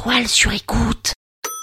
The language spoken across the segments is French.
toile sur écoute.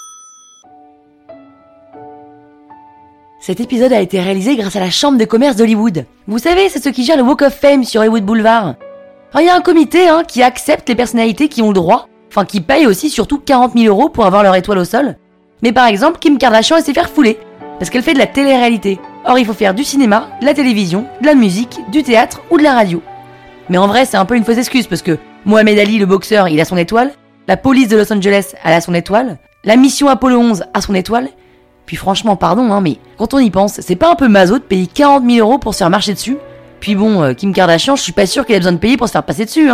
Cet épisode a été réalisé grâce à la Chambre de commerce d'Hollywood. Vous savez, c'est ceux qui gèrent le Walk of Fame sur Hollywood Boulevard. Alors il y a un comité qui accepte les personnalités qui ont le droit, qui payent aussi surtout 40 000 € pour avoir leur étoile au sol. Mais par exemple, Kim Kardashian, elle s'est fait refouler, parce qu'elle fait de la télé-réalité. Or il faut faire du cinéma, de la télévision, de la musique, du théâtre ou de la radio. Mais en vrai, c'est un peu une fausse excuse, parce que Mohamed Ali, le boxeur, il a son étoile, la police de Los Angeles, elle a son étoile, la mission Apollo 11 a son étoile. Puis franchement, pardon, mais quand on y pense, c'est pas un peu maso de payer 40 000 € pour se faire marcher dessus? Puis bon, Kim Kardashian, je suis pas sûr qu'elle ait besoin de payer pour se faire passer dessus,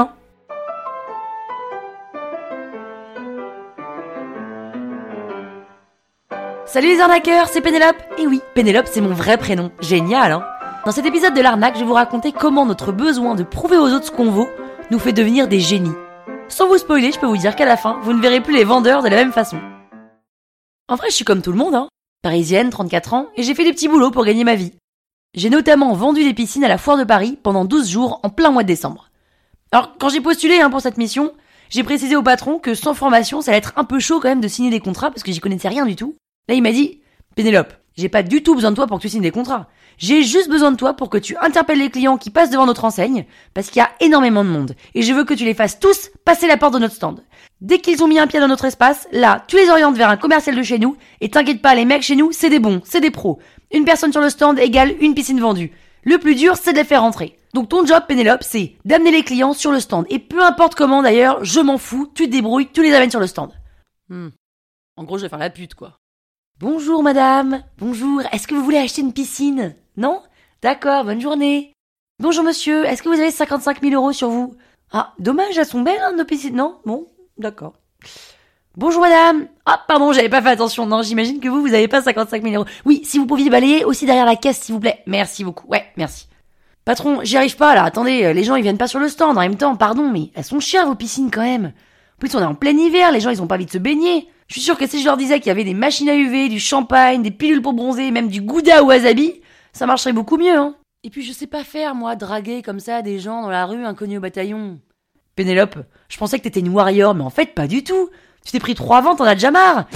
Salut les arnaqueurs, c'est Pénélope. Et oui, Pénélope, c'est mon vrai prénom. Génial, Dans cet épisode de l'arnaque, je vais vous raconter comment notre besoin de prouver aux autres ce qu'on vaut nous fait devenir des génies. Sans vous spoiler, je peux vous dire qu'à la fin, vous ne verrez plus les vendeurs de la même façon. En vrai, je suis comme tout le monde, Parisienne, 34 ans, et j'ai fait des petits boulots pour gagner ma vie. J'ai notamment vendu des piscines à la Foire de Paris pendant 12 jours en plein mois de décembre. Alors, quand j'ai postulé pour cette mission, j'ai précisé au patron que sans formation, ça allait être un peu chaud quand même de signer des contrats parce que j'y connaissais rien du tout. Là, il m'a dit « Pénélope, j'ai pas du tout besoin de toi pour que tu signes des contrats. J'ai juste besoin de toi pour que tu interpelles les clients qui passent devant notre enseigne parce qu'il y a énormément de monde et je veux que tu les fasses tous passer la porte de notre stand. Dès qu'ils ont mis un pied dans notre espace, là, tu les orientes vers un commercial de chez nous et t'inquiète pas, les mecs chez nous, c'est des bons, c'est des pros. Une personne sur le stand égale une piscine vendue. Le plus dur, c'est de les faire rentrer. Donc ton job, Pénélope, c'est d'amener les clients sur le stand. Et peu importe comment d'ailleurs, je m'en fous, tu te débrouilles, tu les amènes sur le stand. En gros, je vais faire la pute, quoi. Bonjour madame, bonjour, est-ce que vous voulez acheter une piscine? Non? D'accord, bonne journée. Bonjour monsieur, est-ce que vous avez 55 000 € sur vous? Ah, dommage, elles sont belles, nos piscines, non? Bon, d'accord. Bonjour madame. Ah, pardon, j'avais pas fait attention, non, j'imagine que vous avez pas 55 000 €. Oui, si vous pouviez balayer aussi derrière la caisse, s'il vous plaît. Merci beaucoup, ouais, merci. Patron, j'y arrive pas là, attendez, les gens ils viennent pas sur le stand en même temps, pardon, mais elles sont chères vos piscines quand même. En plus, on est en plein hiver, les gens ils ont pas envie de se baigner. Je suis sûr que si je leur disais qu'il y avait des machines à UV, du champagne, des pilules pour bronzer, même du gouda au wasabi, ça marcherait beaucoup mieux, Et puis je sais pas faire, moi, draguer comme ça des gens dans la rue, inconnus au bataillon. Pénélope, je pensais que t'étais une warrior, mais en fait pas du tout. Tu t'es pris 3 vents, t'en as déjà marre.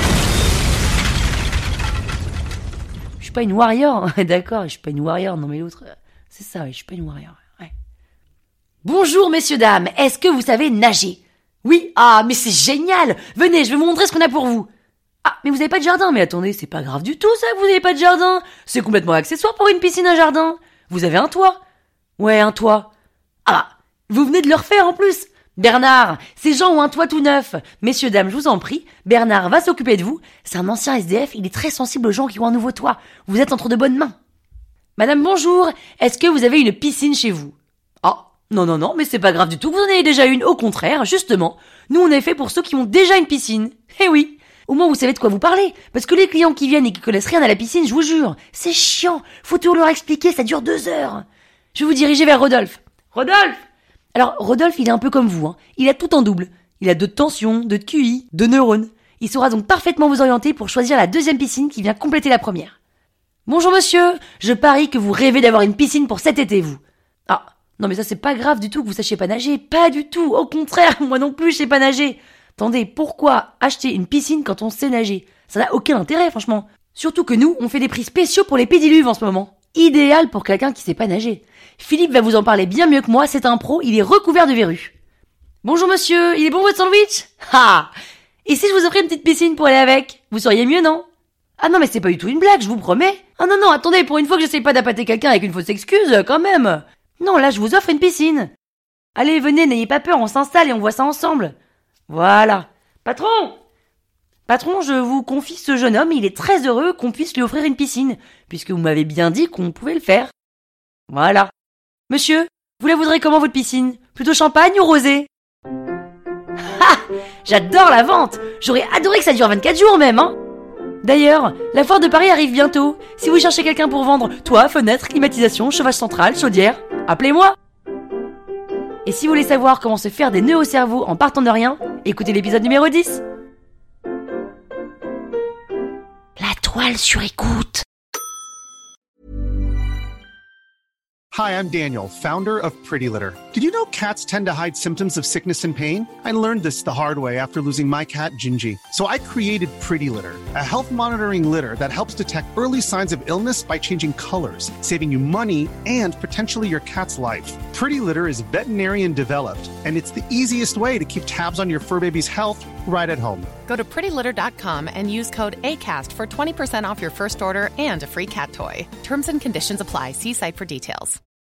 Je suis pas une warrior, d'accord, je suis pas une warrior, non mais l'autre, c'est ça, je suis pas une warrior, ouais. Bonjour messieurs dames, est-ce que vous savez nager? Oui, mais c'est génial! Venez, je vais vous montrer ce qu'on a pour vous. Ah, mais vous avez pas de jardin? Mais attendez, c'est pas grave du tout ça, vous avez pas de jardin. C'est complètement accessoire pour une piscine, un jardin. Vous avez un toit? Ouais, un toit. Ah, vous venez de le refaire en plus. Bernard, ces gens ont un toit tout neuf. Messieurs, dames, je vous en prie, Bernard va s'occuper de vous. C'est un ancien SDF, il est très sensible aux gens qui ont un nouveau toit. Vous êtes entre de bonnes mains. Madame, bonjour, est-ce que vous avez une piscine chez vous? Non, mais c'est pas grave du tout, vous en avez déjà une, au contraire, justement. Nous, on est fait pour ceux qui ont déjà une piscine. Eh oui, au moins vous savez de quoi vous parlez, parce que les clients qui viennent et qui connaissent rien à la piscine, je vous jure, c'est chiant, faut tout leur expliquer, ça dure 2 heures. Je vais vous diriger vers Rodolphe. Rodolphe! Alors, Rodolphe, il est un peu comme vous, il a tout en double. Il a de tension, de QI, de neurones. Il saura donc parfaitement vous orienter pour choisir la deuxième piscine qui vient compléter la première. Bonjour monsieur, je parie que vous rêvez d'avoir une piscine pour cet été, vous. Non mais ça c'est pas grave du tout que vous sachiez pas nager, pas du tout, au contraire, moi non plus je sais pas nager. Attendez, pourquoi acheter une piscine quand on sait nager? Ça n'a aucun intérêt franchement. Surtout que nous, on fait des prix spéciaux pour les pédiluves en ce moment. Idéal pour quelqu'un qui sait pas nager. Philippe va vous en parler bien mieux que moi, c'est un pro, il est recouvert de verrues. Bonjour monsieur, il est bon votre sandwich? Et si je vous offrais une petite piscine pour aller avec? Vous seriez mieux, non? Ah non mais c'est pas du tout une blague, je vous promets. Ah non, attendez, pour une fois que j'essaye pas d'appâter quelqu'un avec une fausse excuse, quand même. Non, là, je vous offre une piscine. Allez, venez, n'ayez pas peur, on s'installe et on voit ça ensemble. Voilà. Patron, je vous confie ce jeune homme, il est très heureux qu'on puisse lui offrir une piscine, puisque vous m'avez bien dit qu'on pouvait le faire. Voilà. Monsieur, vous la voudrez comment votre piscine? Plutôt champagne ou rosé? J'adore la vente. J'aurais adoré que ça dure 24 jours même, D'ailleurs, la Foire de Paris arrive bientôt. Si vous cherchez quelqu'un pour vendre toit, fenêtre, climatisation, chauffage central, chaudière, appelez-moi. Et si vous voulez savoir comment se faire des nœuds au cerveau en partant de rien, écoutez l'épisode numéro 10. La toile sur écoute. Hi, I'm Daniel, founder of Pretty Litter. Did you know cats tend to hide symptoms of sickness and pain? I learned this the hard way after losing my cat, Gingy. So I created Pretty Litter, a health monitoring litter that helps detect early signs of illness by changing colors, saving you money and potentially your cat's life. Pretty Litter is veterinarian developed, and it's the easiest way to keep tabs on your fur baby's health right at home. Go to prettylitter.com and use code ACAST for 20% off your first order and a free cat toy. Terms and conditions apply. See site for details.